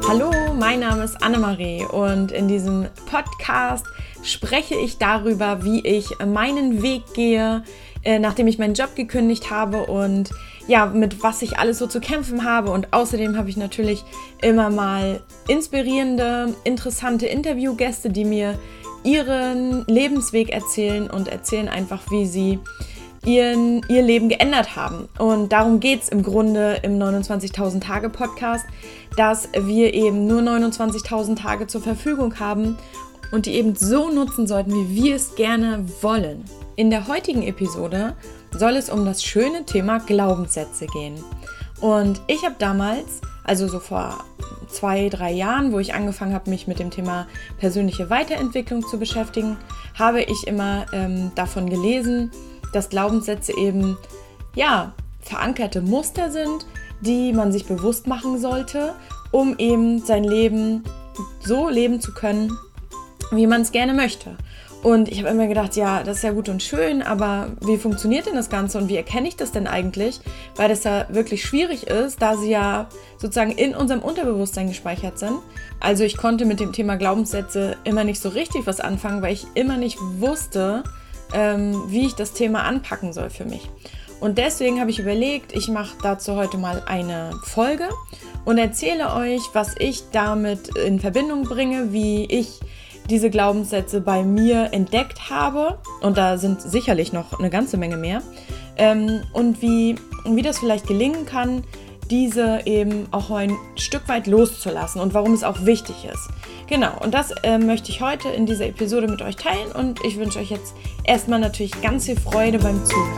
Hallo, mein Name ist Annemarie und in diesem Podcast spreche ich darüber, wie ich meinen Weg gehe, nachdem ich meinen Job gekündigt habe und ja, mit was ich alles so zu kämpfen habe. Und außerdem habe ich natürlich immer mal inspirierende, interessante Interviewgäste, die mir ihren Lebensweg erzählen und erzählen einfach, wie sie ihr Leben geändert haben. Und darum geht es im Grunde im 29.000 Tage Podcast, dass wir eben nur 29.000 Tage zur Verfügung haben und die eben so nutzen sollten, wie wir es gerne wollen. In der heutigen Episode soll es um das schöne Thema Glaubenssätze gehen. Und ich habe damals, also so vor 2-3 Jahren, wo ich angefangen habe, mich mit dem Thema persönliche Weiterentwicklung zu beschäftigen, habe ich immer davon gelesen, dass Glaubenssätze eben verankerte Muster sind, die man sich bewusst machen sollte, um eben sein Leben so leben zu können, wie man es gerne möchte. Und ich habe immer gedacht, ja, das ist ja gut und schön, aber wie funktioniert denn das Ganze und wie erkenne ich das denn eigentlich? Weil das ja wirklich schwierig ist, da sie ja sozusagen in unserem Unterbewusstsein gespeichert sind. Also ich konnte mit dem Thema Glaubenssätze immer nicht so richtig was anfangen, weil ich immer nicht wusste, wie ich das Thema anpacken soll für mich. Und deswegen habe ich überlegt, ich mache dazu heute mal eine Folge und erzähle euch, was ich damit in Verbindung bringe, wie ich diese Glaubenssätze bei mir entdeckt habe. Und da sind sicherlich noch eine ganze Menge mehr. Und wie das vielleicht gelingen kann, diese eben auch ein Stück weit loszulassen und warum es auch wichtig ist. Genau, und das möchte ich heute in dieser Episode mit euch teilen und ich wünsche euch jetzt erstmal natürlich ganz viel Freude beim Zuhören.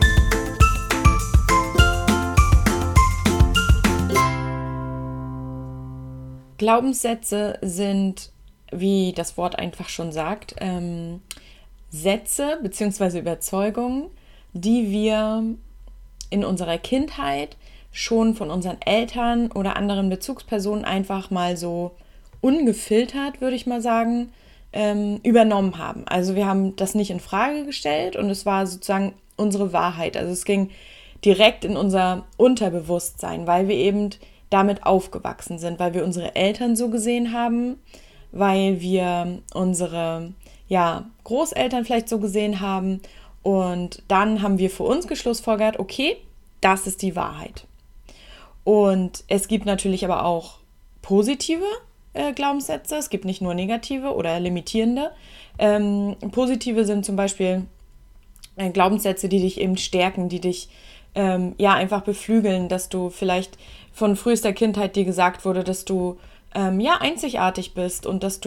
Glaubenssätze sind, wie das Wort einfach schon sagt, Sätze bzw. Überzeugungen, die wir in unserer Kindheit schon von unseren Eltern oder anderen Bezugspersonen einfach mal so ungefiltert, würde ich mal sagen, übernommen haben. Also wir haben das nicht in Frage gestellt und es war sozusagen unsere Wahrheit. Also es ging direkt in unser Unterbewusstsein, weil wir eben damit aufgewachsen sind, weil wir unsere Eltern so gesehen haben, weil wir unsere Großeltern vielleicht so gesehen haben und dann haben wir für uns geschlussfolgert, okay, das ist die Wahrheit. Und es gibt natürlich aber auch positive Glaubenssätze, es gibt nicht nur negative oder limitierende. Positive sind zum Beispiel Glaubenssätze, die dich eben stärken, die dich einfach beflügeln, dass du vielleicht von frühester Kindheit dir gesagt wurde, dass du einzigartig bist und dass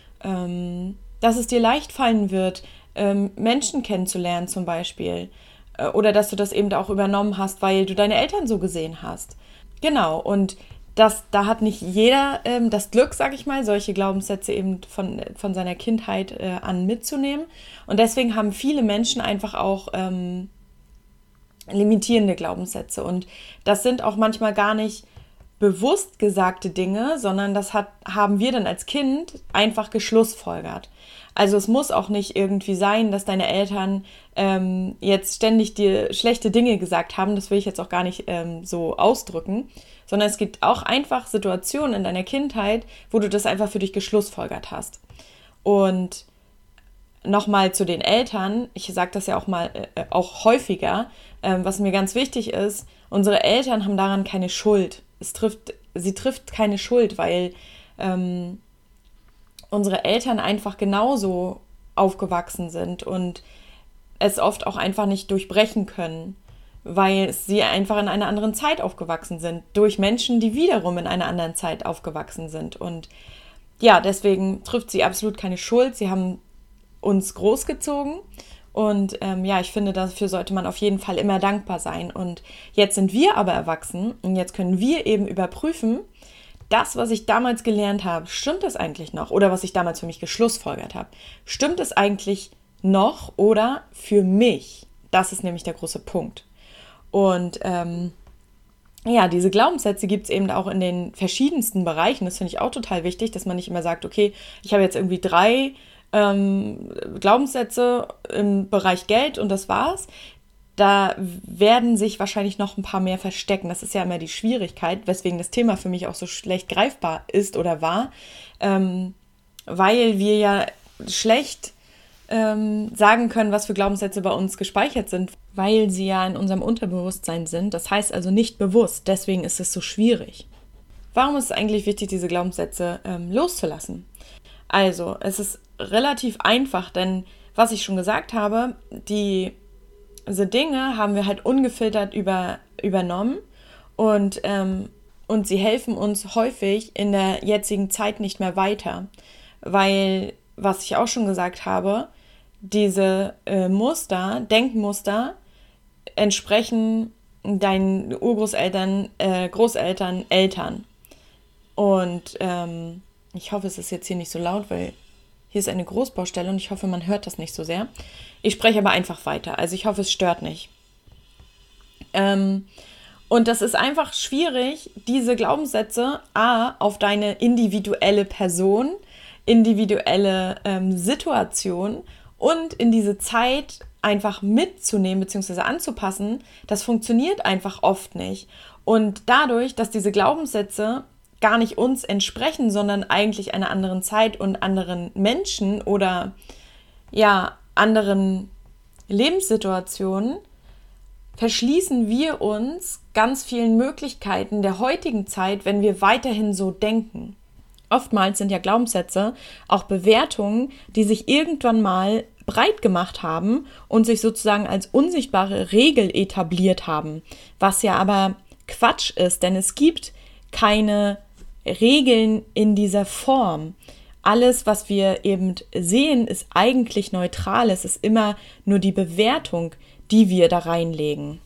es dir leicht fallen wird, Menschen kennenzulernen zum Beispiel. Oder dass du das eben auch übernommen hast, weil du deine Eltern so gesehen hast. Genau, und da hat nicht jeder das Glück, sag ich mal, solche Glaubenssätze eben von seiner Kindheit an mitzunehmen. Und deswegen haben viele Menschen einfach auch limitierende Glaubenssätze. Und das sind auch manchmal gar nicht bewusst gesagte Dinge, sondern das haben wir dann als Kind einfach geschlussfolgert. Also es muss auch nicht irgendwie sein, dass deine Eltern jetzt ständig dir schlechte Dinge gesagt haben, das will ich jetzt auch gar nicht so ausdrücken, sondern es gibt auch einfach Situationen in deiner Kindheit, wo du das einfach für dich geschlussfolgert hast. Und nochmal zu den Eltern, ich sage das ja auch häufiger, was mir ganz wichtig ist, unsere Eltern haben daran keine Schuld. Sie trifft keine Schuld, weil unsere Eltern einfach genauso aufgewachsen sind und es oft auch einfach nicht durchbrechen können, weil sie einfach in einer anderen Zeit aufgewachsen sind, durch Menschen, die wiederum in einer anderen Zeit aufgewachsen sind. Und ja, deswegen trifft sie absolut keine Schuld. Sie haben uns großgezogen und ich finde, dafür sollte man auf jeden Fall immer dankbar sein. Und jetzt sind wir aber erwachsen und jetzt können wir eben überprüfen, das, was ich damals gelernt habe, stimmt es eigentlich noch? Oder was ich damals für mich geschlussfolgert habe, stimmt es eigentlich noch oder für mich? Das ist nämlich der große Punkt. Und diese Glaubenssätze gibt es eben auch in den verschiedensten Bereichen. Das finde ich auch total wichtig, dass man nicht immer sagt, okay, ich habe jetzt irgendwie 3 Glaubenssätze im Bereich Geld und das war's. da werden sich wahrscheinlich noch ein paar mehr verstecken. Das ist ja immer die Schwierigkeit, weswegen das Thema für mich auch so schlecht greifbar ist oder war, weil wir ja schlecht sagen können, was für Glaubenssätze bei uns gespeichert sind, weil sie ja in unserem Unterbewusstsein sind. Das heißt also nicht bewusst, deswegen ist es so schwierig. Warum ist es eigentlich wichtig, diese Glaubenssätze loszulassen? Also, es ist relativ einfach, denn was ich schon gesagt habe, diese Dinge haben wir halt ungefiltert übernommen und sie helfen uns häufig in der jetzigen Zeit nicht mehr weiter, weil, was ich auch schon gesagt habe, diese Denkmuster entsprechen deinen Urgroßeltern, Großeltern, Eltern. Und ich hoffe, es ist jetzt hier nicht so laut, weil hier ist eine Großbaustelle und ich hoffe, man hört das nicht so sehr. Ich spreche aber einfach weiter, also ich hoffe, es stört nicht. Und das ist einfach schwierig, diese Glaubenssätze auf deine individuelle Person, individuelle Situation und in diese Zeit einfach mitzunehmen bzw. anzupassen. Das funktioniert einfach oft nicht. Und dadurch, dass diese Glaubenssätze gar nicht uns entsprechen, sondern eigentlich einer anderen Zeit und anderen Menschen oder ja, anderen Lebenssituationen, verschließen wir uns ganz vielen Möglichkeiten der heutigen Zeit, wenn wir weiterhin so denken. Oftmals sind ja Glaubenssätze auch Bewertungen, die sich irgendwann mal breit gemacht haben und sich sozusagen als unsichtbare Regel etabliert haben, was ja aber Quatsch ist, denn es gibt keine Regeln in dieser Form. Alles, was wir eben sehen, ist eigentlich neutral. Es ist immer nur die Bewertung, die wir da reinlegen.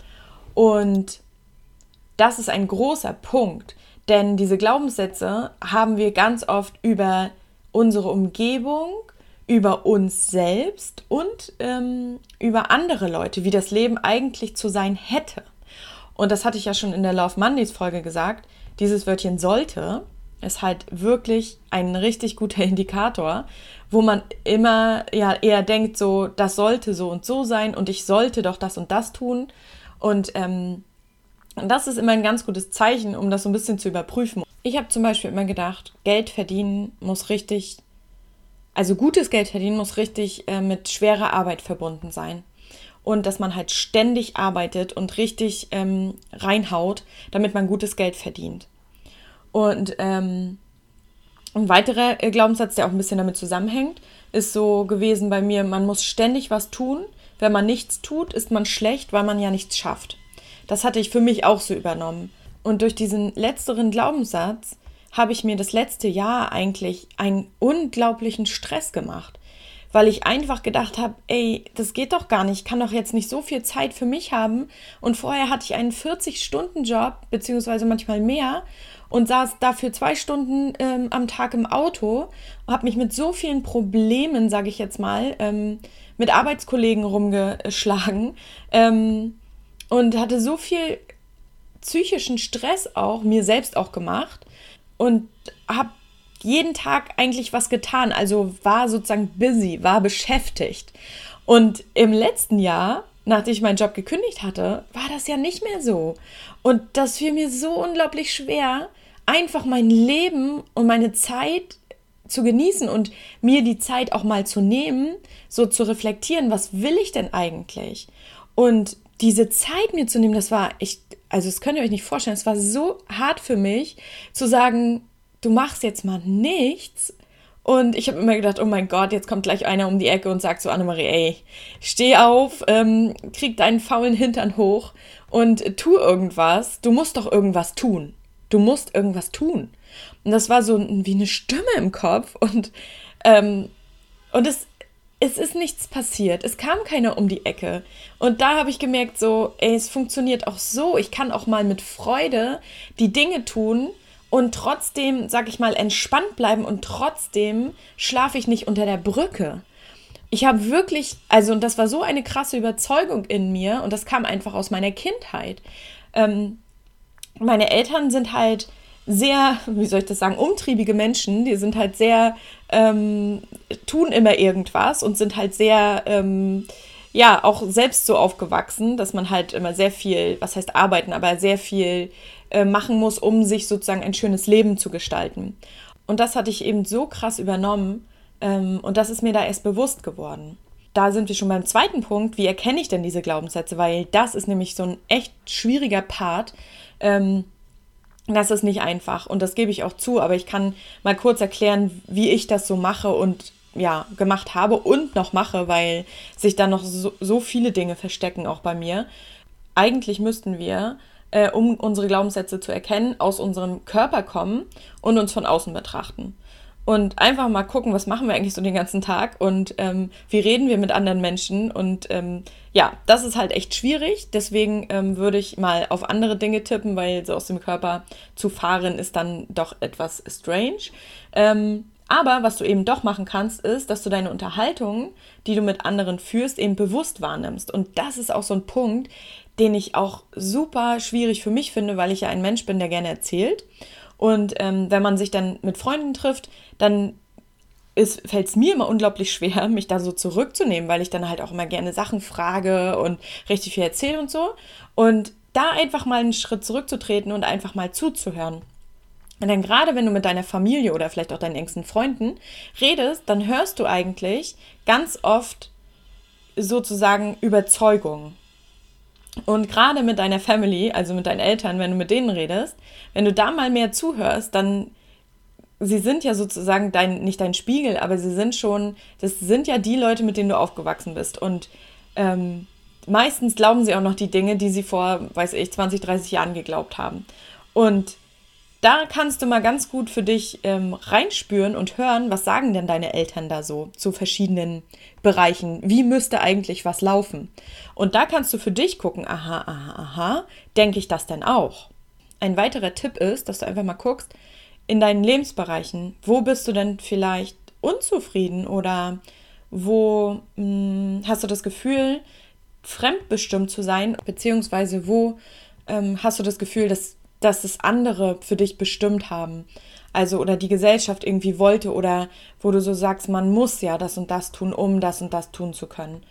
Und das ist ein großer Punkt, denn diese Glaubenssätze haben wir ganz oft über unsere Umgebung, über uns selbst und über andere Leute, wie das Leben eigentlich zu sein hätte. Und das hatte ich ja schon in der Love Mondays Folge gesagt. Dieses Wörtchen sollte ist halt wirklich ein richtig guter Indikator, wo man immer ja eher denkt, so, das sollte so und so sein und ich sollte doch das und das tun. Und das ist immer ein ganz gutes Zeichen, um das so ein bisschen zu überprüfen. Ich habe zum Beispiel immer gedacht, Geld verdienen muss richtig, also gutes Geld verdienen muss richtig mit schwerer Arbeit verbunden sein. Und dass man halt ständig arbeitet und richtig reinhaut, damit man gutes Geld verdient. Und ein weiterer Glaubenssatz, der auch ein bisschen damit zusammenhängt, ist so gewesen bei mir, man muss ständig was tun. Wenn man nichts tut, ist man schlecht, weil man ja nichts schafft. Das hatte ich für mich auch so übernommen. Und durch diesen letzteren Glaubenssatz habe ich mir das letzte Jahr eigentlich einen unglaublichen Stress gemacht. Weil ich einfach gedacht habe, ey, das geht doch gar nicht, ich kann doch jetzt nicht so viel Zeit für mich haben. Und vorher hatte ich einen 40-Stunden-Job, beziehungsweise manchmal mehr, und saß dafür 2 Stunden am Tag im Auto und habe mich mit so vielen Problemen, sage ich jetzt mal, mit Arbeitskollegen rumgeschlagen und hatte so viel psychischen Stress auch, mir selbst auch gemacht und habe jeden Tag eigentlich was getan, also war sozusagen busy, war beschäftigt. Und im letzten Jahr, nachdem ich meinen Job gekündigt hatte, war das ja nicht mehr so. Und das fiel mir so unglaublich schwer, einfach mein Leben und meine Zeit zu genießen und mir die Zeit auch mal zu nehmen, so zu reflektieren, was will ich denn eigentlich? Und diese Zeit mir zu nehmen, das war echt, also das könnt ihr euch nicht vorstellen, es war so hart für mich, zu sagen, du machst jetzt mal nichts. Und ich habe immer gedacht, oh mein Gott, jetzt kommt gleich einer um die Ecke und sagt so, Annemarie, ey, steh auf, krieg deinen faulen Hintern hoch und tu irgendwas. Du musst doch irgendwas tun. Du musst irgendwas tun. Und das war so wie eine Stimme im Kopf. Und es ist nichts passiert. Es kam keiner um die Ecke. Und da habe ich gemerkt, so, ey, es funktioniert auch so. Ich kann auch mal mit Freude die Dinge tun, und trotzdem, sag ich mal, entspannt bleiben und trotzdem schlafe ich nicht unter der Brücke. Ich habe wirklich, also und das war so eine krasse Überzeugung in mir und das kam einfach aus meiner Kindheit. Meine Eltern sind halt sehr, wie soll ich das sagen, umtriebige Menschen. Die sind halt sehr, tun immer irgendwas und sind halt sehr, ja auch selbst so aufgewachsen, dass man halt immer sehr viel, was heißt arbeiten, aber sehr viel machen muss, um sich sozusagen ein schönes Leben zu gestalten. Und das hatte ich eben so krass übernommen und das ist mir da erst bewusst geworden. Da sind wir schon beim zweiten Punkt, wie erkenne ich denn diese Glaubenssätze, weil das ist nämlich so ein echt schwieriger Part. Das ist nicht einfach und das gebe ich auch zu, aber ich kann mal kurz erklären, wie ich das so mache und ja, gemacht habe und noch mache, weil sich da noch so viele Dinge verstecken, auch bei mir. Eigentlich müssten wir, um unsere Glaubenssätze zu erkennen, aus unserem Körper kommen und uns von außen betrachten. Und einfach mal gucken, was machen wir eigentlich so den ganzen Tag und wie reden wir mit anderen Menschen. Und ja, das ist halt echt schwierig. Deswegen würde ich mal auf andere Dinge tippen, weil so aus dem Körper zu fahren ist dann doch etwas strange. Aber was du eben doch machen kannst, ist, dass du deine Unterhaltungen, die du mit anderen führst, eben bewusst wahrnimmst. Und das ist auch so ein Punkt, den ich auch super schwierig für mich finde, weil ich ja ein Mensch bin, der gerne erzählt. Und wenn man sich dann mit Freunden trifft, dann fällt es mir immer unglaublich schwer, mich da so zurückzunehmen, weil ich dann halt auch immer gerne Sachen frage und richtig viel erzähle und so. Und da einfach mal einen Schritt zurückzutreten und einfach mal zuzuhören. Und dann gerade, wenn du mit deiner Familie oder vielleicht auch deinen engsten Freunden redest, dann hörst du eigentlich ganz oft sozusagen Überzeugungen. Und gerade mit deiner Family, also mit deinen Eltern, wenn du mit denen redest, wenn du da mal mehr zuhörst, dann, sie sind ja sozusagen nicht dein Spiegel, aber das sind ja die Leute, mit denen du aufgewachsen bist. Und meistens glauben sie auch noch die Dinge, die sie vor, 20, 30 Jahren geglaubt haben. Und da kannst du mal ganz gut für dich reinspüren und hören, was sagen denn deine Eltern da so zu verschiedenen Bereichen. Wie müsste eigentlich was laufen? Und da kannst du für dich gucken, aha, denke ich das denn auch? Ein weiterer Tipp ist, dass du einfach mal guckst, in deinen Lebensbereichen, wo bist du denn vielleicht unzufrieden oder wo hast du das Gefühl, fremdbestimmt zu sein, beziehungsweise wo hast du das Gefühl, dass es andere für dich bestimmt haben. Also, oder die Gesellschaft irgendwie wollte oder wo du so sagst, man muss ja das und das tun, um das und das tun zu können.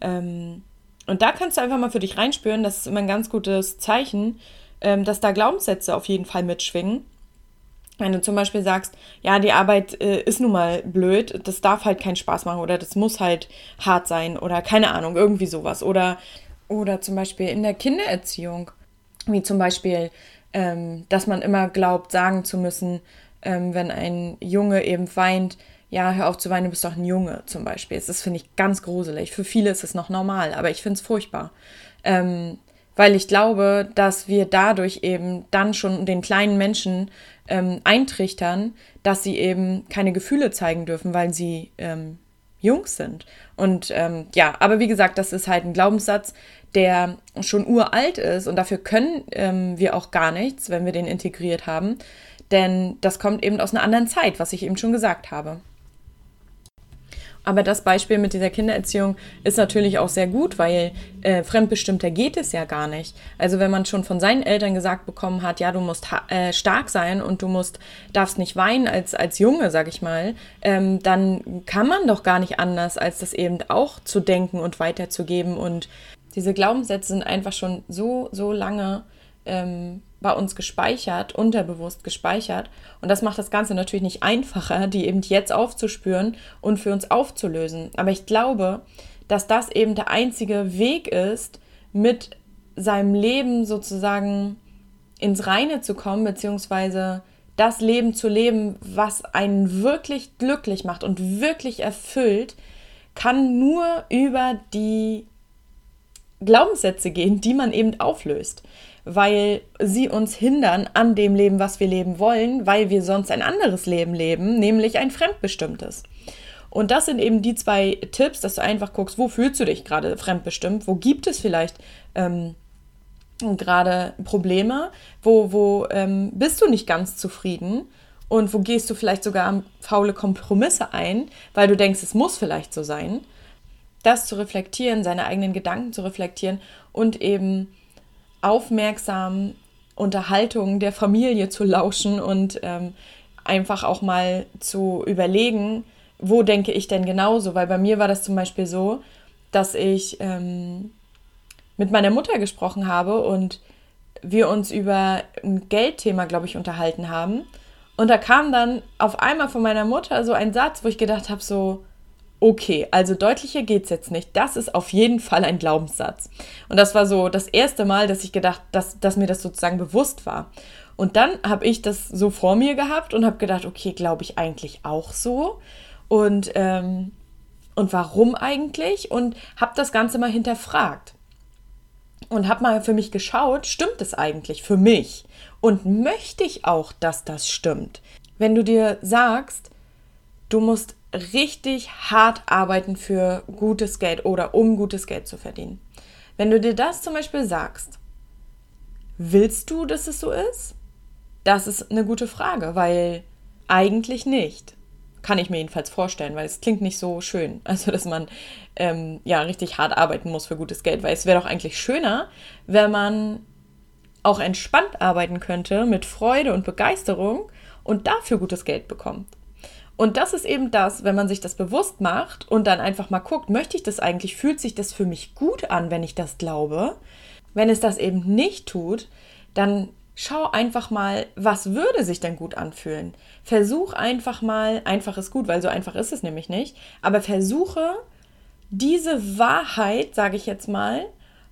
Und da kannst du einfach mal für dich reinspüren, das ist immer ein ganz gutes Zeichen, dass da Glaubenssätze auf jeden Fall mitschwingen. Wenn du zum Beispiel sagst, ja, die Arbeit ist nun mal blöd, das darf halt keinen Spaß machen oder das muss halt hart sein oder keine Ahnung, irgendwie sowas. Oder zum Beispiel in der Kindererziehung, wie zum Beispiel dass man immer glaubt, sagen zu müssen, wenn ein Junge eben weint, ja, hör auf zu weinen, du bist doch ein Junge zum Beispiel. Das finde ich ganz gruselig. Für viele ist es noch normal, aber ich finde es furchtbar. Weil ich glaube, dass wir dadurch eben dann schon den kleinen Menschen eintrichtern, dass sie eben keine Gefühle zeigen dürfen, weil sie Jungs sind. Und ja, aber wie gesagt, das ist halt ein Glaubenssatz, der schon uralt ist und dafür können wir auch gar nichts, wenn wir den integriert haben, denn das kommt eben aus einer anderen Zeit, was ich eben schon gesagt habe. Aber das Beispiel mit dieser Kindererziehung ist natürlich auch sehr gut, weil fremdbestimmter geht es ja gar nicht. Also wenn man schon von seinen Eltern gesagt bekommen hat, ja, du musst stark sein und darfst nicht weinen als Junge, sag ich mal, dann kann man doch gar nicht anders, als das eben auch zu denken und weiterzugeben. Und diese Glaubenssätze sind einfach schon so lange bei uns gespeichert, unterbewusst gespeichert. Und das macht das Ganze natürlich nicht einfacher, die eben jetzt aufzuspüren und für uns aufzulösen. Aber ich glaube, dass das eben der einzige Weg ist, mit seinem Leben sozusagen ins Reine zu kommen, beziehungsweise das Leben zu leben, was einen wirklich glücklich macht und wirklich erfüllt, kann nur über die Glaubenssätze gehen, die man eben auflöst, weil sie uns hindern an dem Leben, was wir leben wollen, weil wir sonst ein anderes Leben leben, nämlich ein fremdbestimmtes. Und das sind eben die 2 Tipps, dass du einfach guckst, wo fühlst du dich gerade fremdbestimmt, wo gibt es vielleicht gerade Probleme, wo bist du nicht ganz zufrieden und wo gehst du vielleicht sogar faule Kompromisse ein, weil du denkst, es muss vielleicht so sein. Das zu reflektieren, seine eigenen Gedanken zu reflektieren und eben aufmerksam Unterhaltungen der Familie zu lauschen und einfach auch mal zu überlegen, wo denke ich denn genauso? Weil bei mir war das zum Beispiel so, dass ich mit meiner Mutter gesprochen habe und wir uns über ein Geldthema, glaube ich, unterhalten haben. Und da kam dann auf einmal von meiner Mutter so ein Satz, wo ich gedacht habe, so, okay, also deutlicher geht's jetzt nicht. Das ist auf jeden Fall ein Glaubenssatz. Und das war so das erste Mal, dass ich gedacht, dass mir das sozusagen bewusst war. Und dann habe ich das so vor mir gehabt und habe gedacht, okay, glaube ich eigentlich auch so? Und warum eigentlich? Und habe das Ganze mal hinterfragt. Und habe mal für mich geschaut, stimmt es eigentlich für mich? Und möchte ich auch, dass das stimmt? Wenn du dir sagst, du musst richtig hart arbeiten für gutes Geld oder um gutes Geld zu verdienen. Wenn du dir das zum Beispiel sagst, willst du, dass es so ist? Das ist eine gute Frage, weil eigentlich nicht. Kann ich mir jedenfalls vorstellen, weil es klingt nicht so schön. Also, dass man richtig hart arbeiten muss für gutes Geld, weil es wäre doch eigentlich schöner, wenn man auch entspannt arbeiten könnte mit Freude und Begeisterung und dafür gutes Geld bekommt. Und das ist eben das, wenn man sich das bewusst macht und dann einfach mal guckt, möchte ich das eigentlich, fühlt sich das für mich gut an, wenn ich das glaube? Wenn es das eben nicht tut, dann schau einfach mal, was würde sich denn gut anfühlen? Versuch einfach mal, einfach ist gut, weil so einfach ist es nämlich nicht, aber versuche diese Wahrheit, sage ich jetzt mal,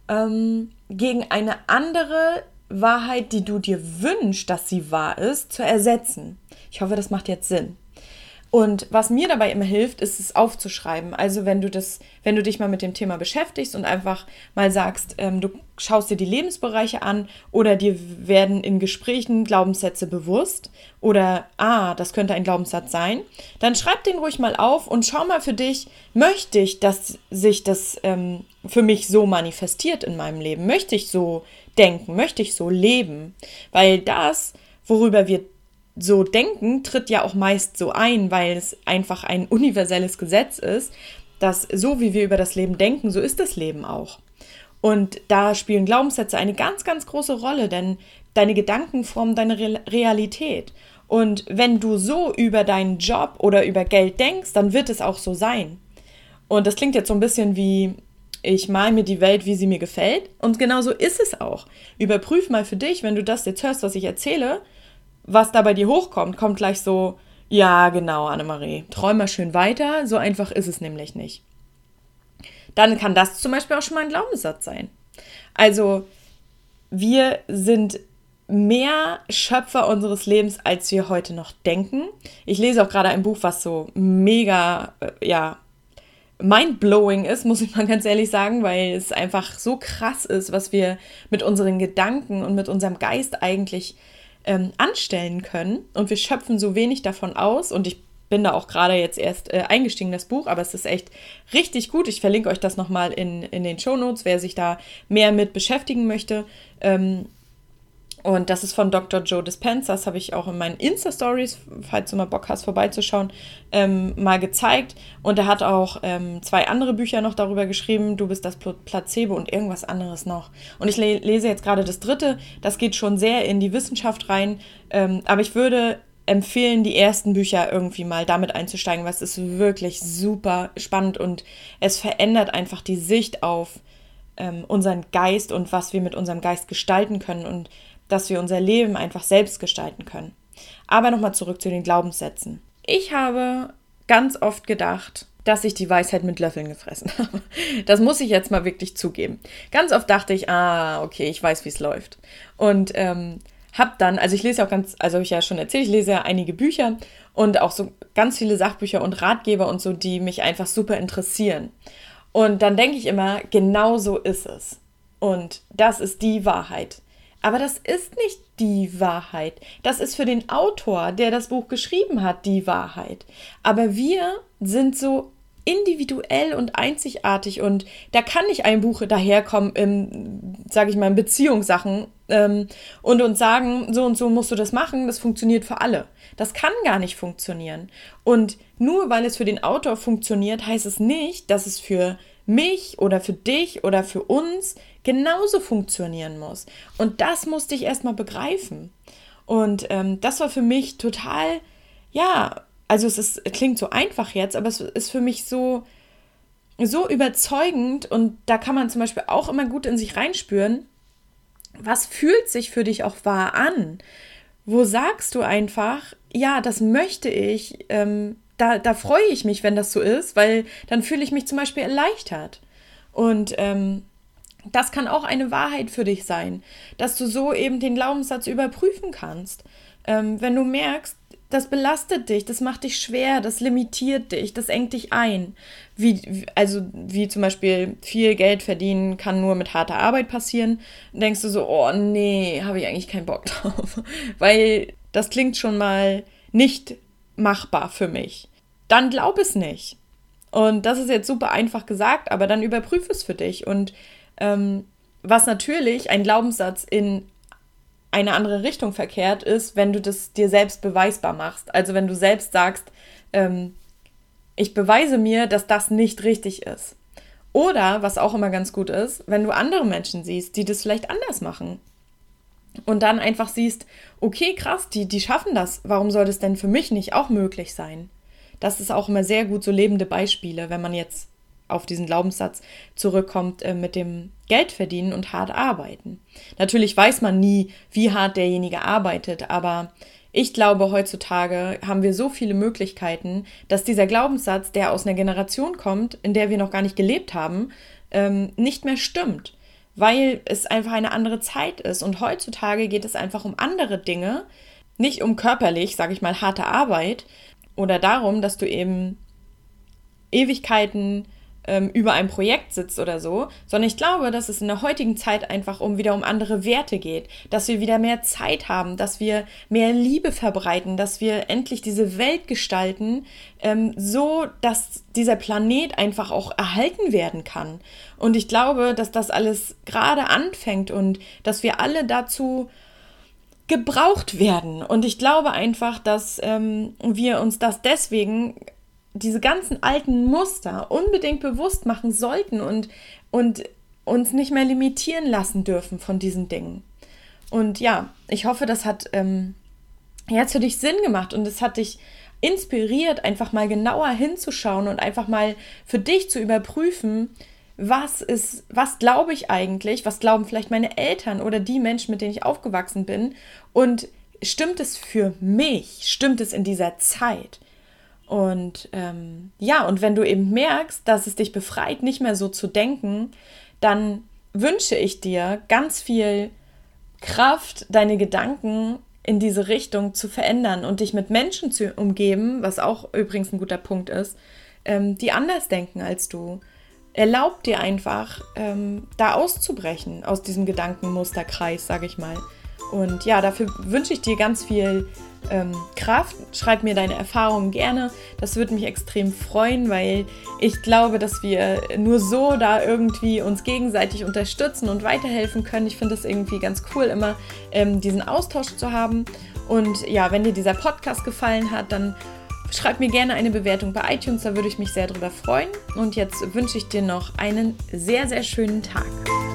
gegen eine andere Wahrheit, die du dir wünschst, dass sie wahr ist, zu ersetzen. Ich hoffe, das macht jetzt Sinn. Und was mir dabei immer hilft, ist es aufzuschreiben. Also wenn du dich mal mit dem Thema beschäftigst und einfach mal sagst, du schaust dir die Lebensbereiche an oder dir werden in Gesprächen Glaubenssätze bewusst oder, das könnte ein Glaubenssatz sein, dann schreib den ruhig mal auf und schau mal für dich, möchte ich, dass sich das für mich so manifestiert in meinem Leben? Möchte ich so denken? Möchte ich so leben? Weil das, worüber wir so denken, tritt ja auch meist so ein, weil es einfach ein universelles Gesetz ist, dass so wie wir über das Leben denken, so ist das Leben auch. Und da spielen Glaubenssätze eine ganz, ganz große Rolle, denn deine Gedanken formen deine Realität. Und wenn du so über deinen Job oder über Geld denkst, dann wird es auch so sein. Und das klingt jetzt so ein bisschen wie, ich male mir die Welt, wie sie mir gefällt. Und genau so ist es auch. Überprüf mal für dich, wenn du das jetzt hörst, was ich erzähle, was da bei dir hochkommt, kommt gleich so, ja genau, Annemarie, träum mal schön weiter, so einfach ist es nämlich nicht. Dann kann das zum Beispiel auch schon mal ein Glaubenssatz sein. Also wir sind mehr Schöpfer unseres Lebens, als wir heute noch denken. Ich lese auch gerade ein Buch, was so mega, mindblowing ist, muss ich mal ganz ehrlich sagen, weil es einfach so krass ist, was wir mit unseren Gedanken und mit unserem Geist eigentlich anstellen können, und wir schöpfen so wenig davon aus, und ich bin da auch gerade jetzt erst eingestiegen in das Buch, aber es ist echt richtig gut. Ich verlinke euch das nochmal in den Shownotes, wer sich da mehr mit beschäftigen möchte. Und das ist von Dr. Joe Dispenza, das habe ich auch in meinen Insta-Stories, falls du mal Bock hast, vorbeizuschauen, mal gezeigt. Und er hat auch 2 andere Bücher noch darüber geschrieben, Du bist das Placebo und irgendwas anderes noch. Und ich lese jetzt gerade das 3., das geht schon sehr in die Wissenschaft rein, aber ich würde empfehlen, die ersten Bücher irgendwie mal damit einzusteigen, weil es ist wirklich super spannend und es verändert einfach die Sicht auf unseren Geist und was wir mit unserem Geist gestalten können und dass wir unser Leben einfach selbst gestalten können. Aber nochmal zurück zu den Glaubenssätzen. Ich habe ganz oft gedacht, dass ich die Weisheit mit Löffeln gefressen habe. Das muss ich jetzt mal wirklich zugeben. Ganz oft dachte ich, okay, ich weiß, wie es läuft. Und habe dann, also ich lese auch habe ich ja schon erzählt, ich lese ja einige Bücher und auch so ganz viele Sachbücher und Ratgeber und so, die mich einfach super interessieren. Und dann denke ich immer, genau so ist es. Und das ist die Wahrheit. Aber das ist nicht die Wahrheit. Das ist für den Autor, der das Buch geschrieben hat, die Wahrheit. Aber wir sind so individuell und einzigartig und da kann nicht ein Buch daherkommen in Beziehungssachen und uns sagen, so und so musst du das machen, das funktioniert für alle. Das kann gar nicht funktionieren. Und nur weil es für den Autor funktioniert, heißt es nicht, dass es für mich oder für dich oder für uns genauso funktionieren muss. Und das musste ich erstmal begreifen. Und das war für mich total, also es klingt so einfach jetzt, aber es ist für mich so so überzeugend und da kann man zum Beispiel auch immer gut in sich reinspüren, was fühlt sich für dich auch wahr an? Wo sagst du einfach, ja, das möchte ich, da freue ich mich, wenn das so ist, weil dann fühle ich mich zum Beispiel erleichtert. Und das kann auch eine Wahrheit für dich sein, dass du so eben den Glaubenssatz überprüfen kannst. Wenn du merkst, das belastet dich, das macht dich schwer, das limitiert dich, das engt dich ein. Wie zum Beispiel viel Geld verdienen kann nur mit harter Arbeit passieren. Dann denkst du so, oh nee, habe ich eigentlich keinen Bock drauf. Weil das klingt schon mal nicht machbar für mich. Dann glaub es nicht. Und das ist jetzt super einfach gesagt, aber dann überprüf es für dich. Und was natürlich ein Glaubenssatz in eine andere Richtung verkehrt ist, wenn du das dir selbst beweisbar machst. Also wenn du selbst sagst, ich beweise mir, dass das nicht richtig ist. Oder, was auch immer ganz gut ist, wenn du andere Menschen siehst, die das vielleicht anders machen. Und dann einfach siehst, okay, krass, die schaffen das. Warum soll das denn für mich nicht auch möglich sein? Das ist auch immer sehr gut, so lebende Beispiele, wenn man jetzt auf diesen Glaubenssatz zurückkommt mit dem Geld verdienen und hart arbeiten. Natürlich weiß man nie, wie hart derjenige arbeitet, aber ich glaube, heutzutage haben wir so viele Möglichkeiten, dass dieser Glaubenssatz, der aus einer Generation kommt, in der wir noch gar nicht gelebt haben, nicht mehr stimmt, weil es einfach eine andere Zeit ist. Und heutzutage geht es einfach um andere Dinge, nicht um körperlich, sage ich mal, harte Arbeit oder darum, dass du eben Ewigkeiten über ein Projekt sitzt oder so, sondern ich glaube, dass es in der heutigen Zeit einfach wieder um andere Werte geht, dass wir wieder mehr Zeit haben, dass wir mehr Liebe verbreiten, dass wir endlich diese Welt gestalten, so dass dieser Planet einfach auch erhalten werden kann. Und ich glaube, dass das alles gerade anfängt und dass wir alle dazu gebraucht werden. Und ich glaube einfach, dass wir uns das deswegen diese ganzen alten Muster unbedingt bewusst machen sollten und uns nicht mehr limitieren lassen dürfen von diesen Dingen. Und ja, ich hoffe, das hat jetzt für dich Sinn gemacht und es hat dich inspiriert, einfach mal genauer hinzuschauen und einfach mal für dich zu überprüfen, was glaube ich eigentlich, was glauben vielleicht meine Eltern oder die Menschen, mit denen ich aufgewachsen bin und stimmt es für mich, stimmt es in dieser Zeit? Und und wenn du eben merkst, dass es dich befreit, nicht mehr so zu denken, dann wünsche ich dir ganz viel Kraft, deine Gedanken in diese Richtung zu verändern und dich mit Menschen zu umgeben, was auch übrigens ein guter Punkt ist, die anders denken als du. Erlaub dir einfach, da auszubrechen aus diesem Gedankenmusterkreis, sage ich mal. Und ja, dafür wünsche ich dir ganz viel Kraft. Schreib mir deine Erfahrungen gerne. Das würde mich extrem freuen, weil ich glaube, dass wir nur so da irgendwie uns gegenseitig unterstützen und weiterhelfen können. Ich finde es irgendwie ganz cool, immer diesen Austausch zu haben. Und ja, wenn dir dieser Podcast gefallen hat, dann schreib mir gerne eine Bewertung bei iTunes, da würde ich mich sehr drüber freuen. Und jetzt wünsche ich dir noch einen sehr, sehr schönen Tag.